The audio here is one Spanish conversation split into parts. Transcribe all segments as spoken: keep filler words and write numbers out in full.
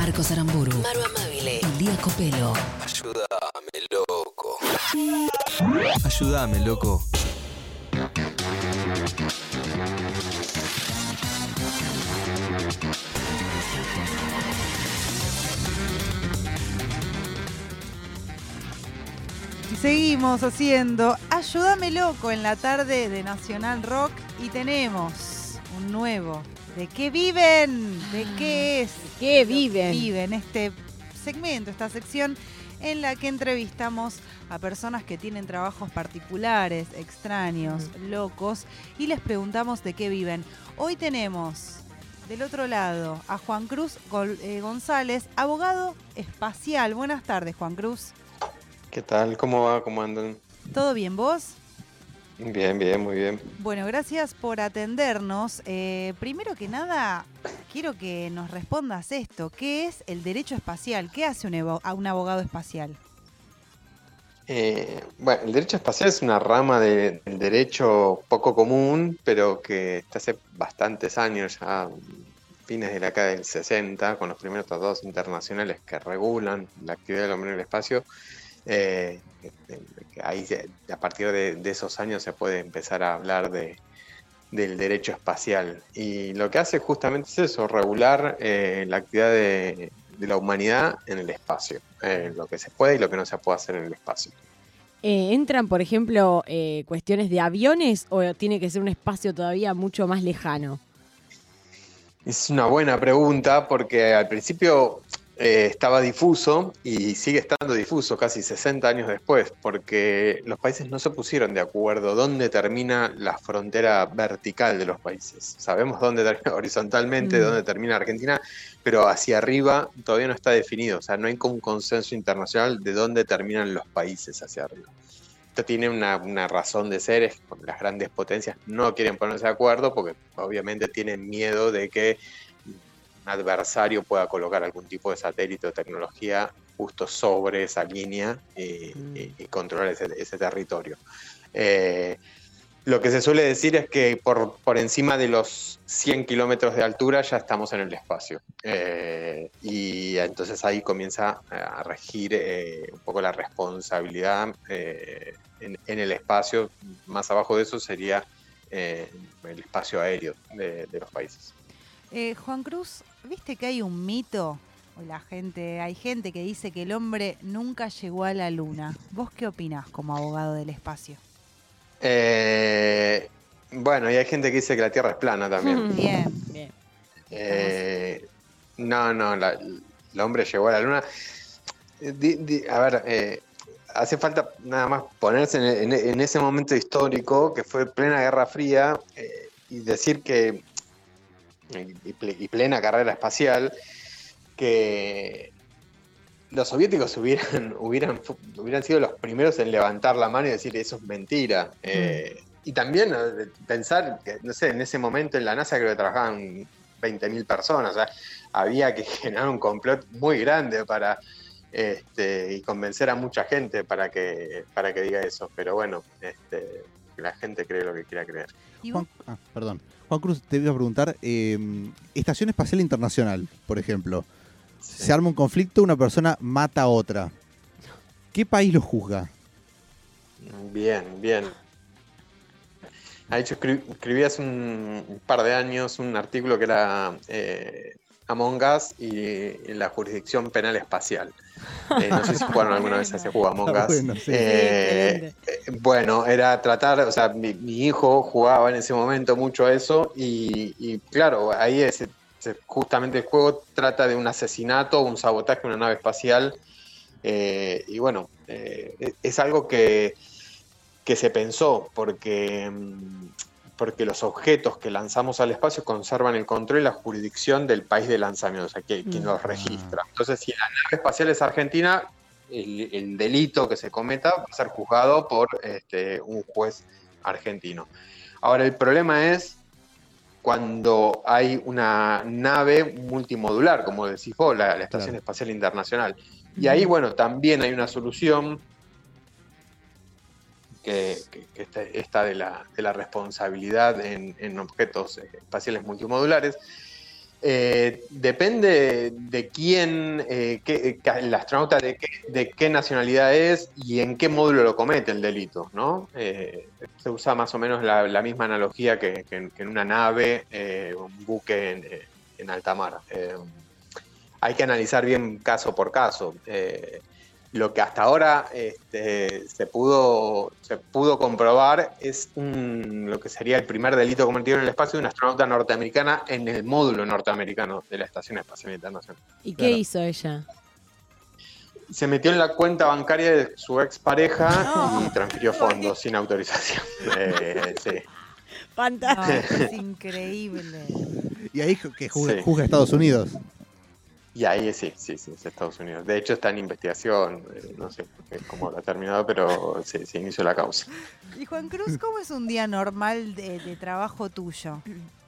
Marcos Aramburu, Maru Amabile y Lía Copelo. Ayúdame, loco. Ayúdame, loco. Y seguimos haciendo Ayúdame Loco en la tarde de Nacional Rock y tenemos un nuevo ¿De qué viven? ¿De qué es? ¿De qué viven? Viven este segmento, esta sección en la que entrevistamos a personas que tienen trabajos particulares, extraños, mm. locos, y les preguntamos de qué viven. Hoy tenemos del otro lado a Juan Cruz González, abogado espacial. Buenas tardes, Juan Cruz. ¿Qué tal? ¿Cómo va? ¿Cómo andan? ¿Todo bien, vos? Bien, bien, muy bien. Bueno, gracias por atendernos. Eh, primero que nada, quiero que nos respondas esto. ¿Qué es el derecho espacial? ¿Qué hace un, evo- a un abogado espacial? Eh, bueno, el derecho espacial es una rama de- del derecho poco común, pero que está hace bastantes años, ya fines de la década del sesenta, con los primeros tratados internacionales que regulan la actividad del hombre en el espacio. Eh, ahí a partir de, de esos años se puede empezar a hablar de, del derecho espacial, y lo que hace justamente es eso, regular eh, la actividad de, de la humanidad en el espacio, eh, lo que se puede y lo que no se puede hacer en el espacio. Eh, ¿Entran, por ejemplo, eh, cuestiones de aviones o tiene que ser un espacio todavía mucho más lejano? Es una buena pregunta, porque al principio Eh, estaba difuso y sigue estando difuso casi sesenta años después, porque los países no se pusieron de acuerdo dónde termina la frontera vertical de los países. Sabemos dónde termina horizontalmente, mm. dónde termina Argentina, pero hacia arriba todavía no está definido. O sea, no hay como un consenso internacional de dónde terminan los países hacia arriba. Esto tiene una, una razón de ser, es que las grandes potencias no quieren ponerse de acuerdo porque obviamente tienen miedo de que adversario pueda colocar algún tipo de satélite o tecnología justo sobre esa línea y, mm. y, y controlar ese, ese territorio. Eh, lo que se suele decir es que por, por encima de los cien kilómetros de altura ya estamos en el espacio. Eh, y entonces ahí comienza a regir eh, un poco la responsabilidad eh, en, en el espacio. Más abajo de eso sería eh, el espacio aéreo de, de los países. Eh, Juan Cruz, ¿viste que hay un mito? O la gente, hay gente que dice que el hombre nunca llegó a la luna. ¿Vos qué opinás como abogado del espacio? Eh, bueno, y hay gente que dice que la Tierra es plana también. Bien, bien. Eh, no, no, la, el hombre llegó a la luna. Di, di, a ver, eh, hace falta nada más ponerse en, en, en ese momento histórico que fue plena Guerra Fría eh, y decir que y plena carrera espacial, que los soviéticos hubieran, hubieran, hubieran sido los primeros en levantar la mano y decir eso es mentira. Mm. Eh, y también pensar que, no sé, en ese momento en la NASA creo que trabajaban veinte mil personas, o sea, había que generar un complot muy grande para este, y convencer a mucha gente para que, para que diga eso. Pero bueno, este, la gente cree lo que quiera creer. Juan, ah, perdón. Juan Cruz, te iba a preguntar, eh, Estación Espacial Internacional, por ejemplo, sí. Se arma un conflicto, una persona mata a otra. ¿Qué país lo juzga? Bien, bien. De hecho, escribí, escribí hace un, un par de años un artículo que era eh, Among Us y la jurisdicción penal espacial. Eh, no sé si jugaron alguna vez a ese juego Among Us. Bueno, sí. eh, eh, bueno, era tratar, o sea, mi, mi hijo jugaba en ese momento mucho a eso y, y claro, ahí es, justamente el juego trata de un asesinato, un sabotaje de una nave espacial eh, y bueno, eh, es algo que, que se pensó porque... porque los objetos que lanzamos al espacio conservan el control y la jurisdicción del país de lanzamiento, o sea, que, quien los registra. Entonces, si la nave espacial es argentina, el, el delito que se cometa va a ser juzgado por este, un juez argentino. Ahora, el problema es cuando hay una nave multimodular, como decís vos, la, la Estación claro. Espacial Internacional. Y ahí, bueno, también hay una solución que, que, que está, está de, la, de la responsabilidad en, en objetos espaciales multimodulares, Eh, depende de quién, eh, qué, el astronauta de qué, de qué nacionalidad es y en qué módulo lo comete el delito, ¿no? Eh, se usa más o menos la, la misma analogía que, que, que en una nave, eh, un buque en, en alta mar. Eh, hay que analizar bien caso por caso. Eh, Lo que hasta ahora este, se, pudo, se pudo comprobar es un, lo que sería el primer delito cometido en el espacio de una astronauta norteamericana en el módulo norteamericano de la Estación Espacial Internacional. ¿Y qué claro. hizo ella? Se metió en la cuenta bancaria de su expareja no. y transfirió fondos sin autorización. Eh, sí. Fantástico. No, es increíble. Y ahí que juzga, sí. juzga Estados Unidos. Y ahí sí, sí, sí, es Estados Unidos. De hecho está en investigación, eh, no sé cómo lo ha terminado, pero sí, se inició la causa. Y Juan Cruz, ¿cómo es un día normal de, de trabajo tuyo?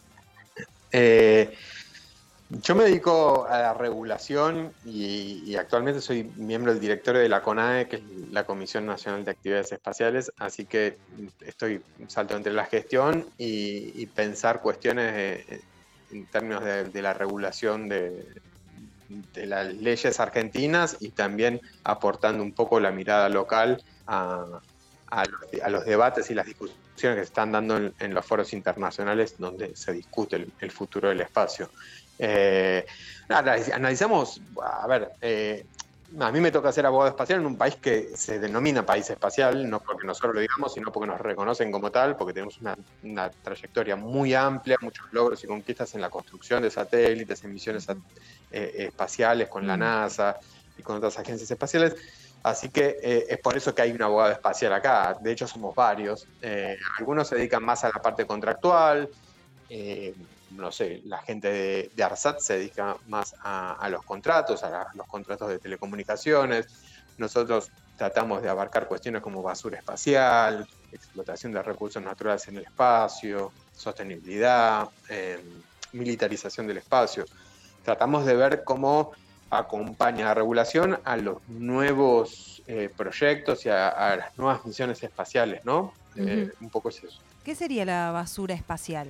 Eh, yo me dedico a la regulación y, y actualmente soy miembro del directorio de la CONAE, que es la Comisión Nacional de Actividades Espaciales, así que estoy salto entre la gestión y, y pensar cuestiones de, en términos de, de la regulación de... de las leyes argentinas y también aportando un poco la mirada local a, a, los, a los debates y las discusiones que se están dando en, en los foros internacionales donde se discute el, el futuro del espacio. Eh, analizamos, a ver, eh, a mí me toca ser abogado espacial en un país que se denomina país espacial, no porque nosotros lo digamos, sino porque nos reconocen como tal, porque tenemos una, una trayectoria muy amplia, muchos logros y conquistas en la construcción de satélites, en misiones eh, espaciales con la NASA y con otras agencias espaciales. Así que eh, es por eso que hay un abogado espacial acá. De hecho, somos varios. Eh, algunos se dedican más a la parte contractual. Eh, no sé, la gente de, de ARSAT se dedica más a, a los contratos, a la, los contratos de telecomunicaciones. Nosotros tratamos de abarcar cuestiones como basura espacial, explotación de recursos naturales en el espacio, sostenibilidad, eh, militarización del espacio. Tratamos de ver cómo acompaña la regulación a los nuevos eh, proyectos y a, a las nuevas misiones espaciales, ¿no? Uh-huh. Eh, un poco es eso. ¿Qué sería la basura espacial?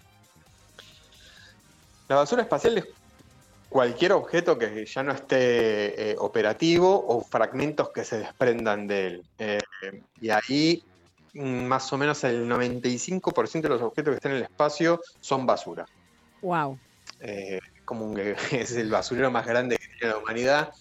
La basura espacial es cualquier objeto que ya no esté eh, operativo o fragmentos que se desprendan de él. Eh, y ahí más o menos el noventa y cinco por ciento de los objetos que están en el espacio son basura. Wow. Eh, como que es el basurero más grande que tiene la humanidad.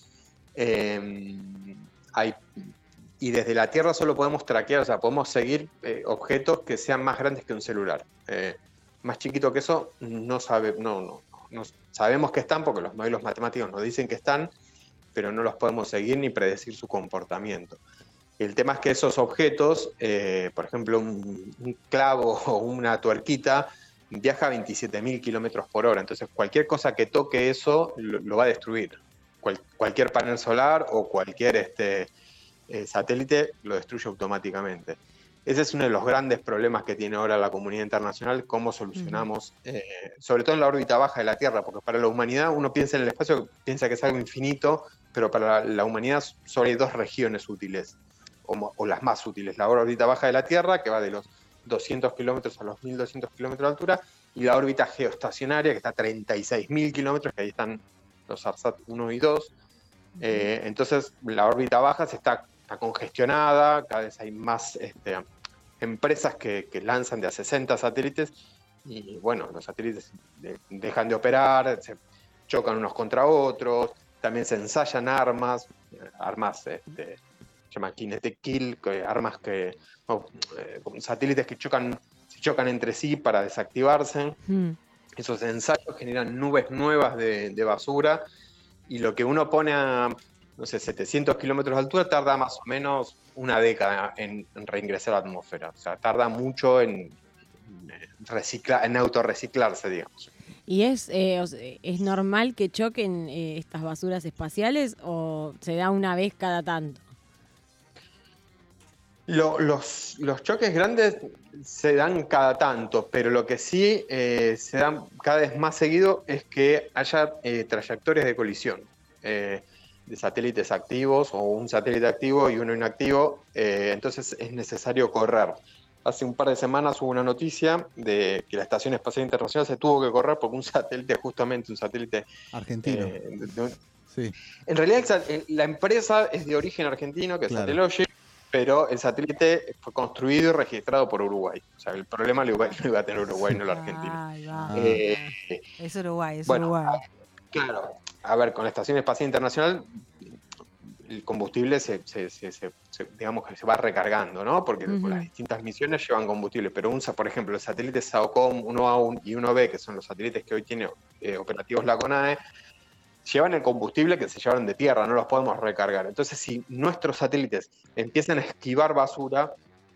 Eh, hay, y desde la Tierra solo podemos traquear, o sea, podemos seguir eh, objetos que sean más grandes que un celular. Eh, más chiquito que eso, no, sabe, no, no, no sabemos que están porque los modelos matemáticos nos dicen que están, pero no los podemos seguir ni predecir su comportamiento. El tema es que esos objetos, eh, por ejemplo, un, un clavo o una tuerquita, viaja a veintisiete mil kilómetros por hora. Entonces, cualquier cosa que toque eso lo, lo va a destruir. Cual, cualquier panel solar o cualquier este, eh, satélite lo destruye automáticamente. Ese es uno de los grandes problemas que tiene ahora la comunidad internacional, cómo solucionamos, eh, sobre todo en la órbita baja de la Tierra, porque para la humanidad uno piensa en el espacio, piensa que es algo infinito, pero para la, la humanidad solo hay dos regiones útiles, o, o las más útiles, la órbita baja de la Tierra, que va de los doscientos kilómetros a los mil doscientos kilómetros de altura, y la órbita geoestacionaria, que está a treinta y seis mil kilómetros, que ahí están los ARSAT uno y dos. Eh, entonces, la órbita baja se está, está congestionada, cada vez hay más este, empresas que, que lanzan de a sesenta satélites, y bueno, los satélites de, dejan de operar, se chocan unos contra otros, también se ensayan armas, armas este, se llama kinetic kill, que, armas que, no, eh, satélites que chocan, se chocan entre sí para desactivarse. Mm. Esos ensayos generan nubes nuevas de, de basura, y lo que uno pone a, no sé, setecientos kilómetros de altura tarda más o menos una década en, en reingresar a la atmósfera. O sea, tarda mucho en, en, recicla, en autorreciclarse, digamos. ¿Y es, eh, es normal que choquen eh, estas basuras espaciales o se da una vez cada tanto? Lo, los, los choques grandes se dan cada tanto, pero lo que sí eh, se dan cada vez más seguido es que haya eh, trayectorias de colisión eh, de satélites activos o un satélite activo y uno inactivo, eh, entonces es necesario correr. hace un par de semanas hubo una noticia de que la Estación Espacial Internacional se tuvo que correr porque un satélite, justamente un satélite argentino. Eh, de, de, sí. En realidad la empresa es de origen argentino, que es claro. Satellogic, pero el satélite fue construido y registrado por Uruguay. O sea, el problema lo iba, lo iba a tener Uruguay, no la Argentina. Ay, va. Eh, es Uruguay, es bueno, Uruguay. Claro, a ver, con la Estación Espacial Internacional el combustible se, se, se, se, se, digamos que se va recargando, ¿no? Porque uh-huh. las distintas misiones llevan combustible, pero un, por ejemplo, el satélite SAOCOM uno A y uno B, que son los satélites que hoy tiene eh, operativos la CONAE, llevan el combustible que se llevaron de tierra, no los podemos recargar. Entonces, si nuestros satélites empiezan a esquivar basura,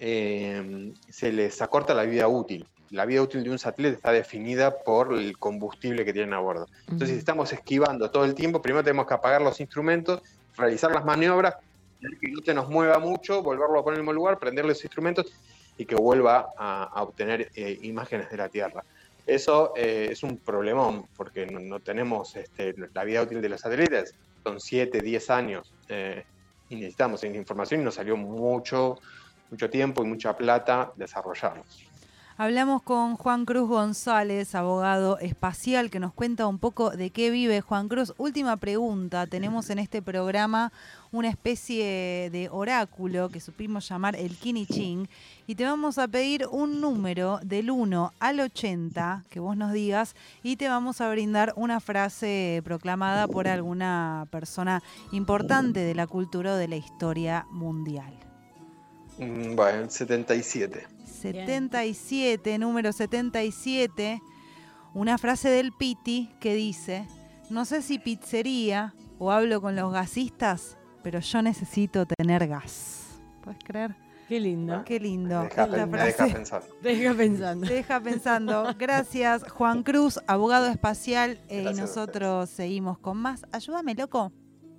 eh, se les acorta la vida útil. La vida útil de un satélite está definida por el combustible que tienen a bordo. Entonces, uh-huh. si estamos esquivando todo el tiempo, primero tenemos que apagar los instrumentos, realizar las maniobras, que no se nos mueva mucho, volverlo a poner en el mismo lugar, prender los instrumentos y que vuelva a, a obtener eh, imágenes de la Tierra. Eso eh, es un problemón, porque no, no tenemos este, la vida útil de los satélites, son siete, diez años, eh, y necesitamos esa información y nos salió mucho, mucho tiempo y mucha plata desarrollarlos. Hablamos con Juan Cruz González, abogado espacial, que nos cuenta un poco de qué vive. Juan Cruz, última pregunta. Tenemos en este programa una especie de oráculo que supimos llamar el Kinichín y te vamos a pedir un número del uno al ochenta que vos nos digas y te vamos a brindar una frase proclamada por alguna persona importante de la cultura o de la historia mundial. Bueno, setenta y siete. setenta y siete, número setenta y siete, una frase del Piti que dice: no sé si pizzería o hablo con los gasistas, pero yo necesito tener gas. ¿Puedes creer? Qué lindo. Qué lindo. Deja, Esta me frase. deja pensando. Te deja pensando. Te deja pensando. Gracias, Juan Cruz, abogado espacial. Eh, y nosotros seguimos con más. Ayúdame, loco.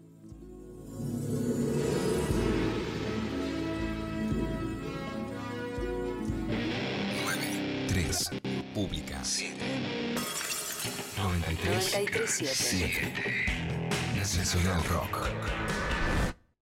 tres, Pública siete, noventa y tres, siete, Nacional Rock.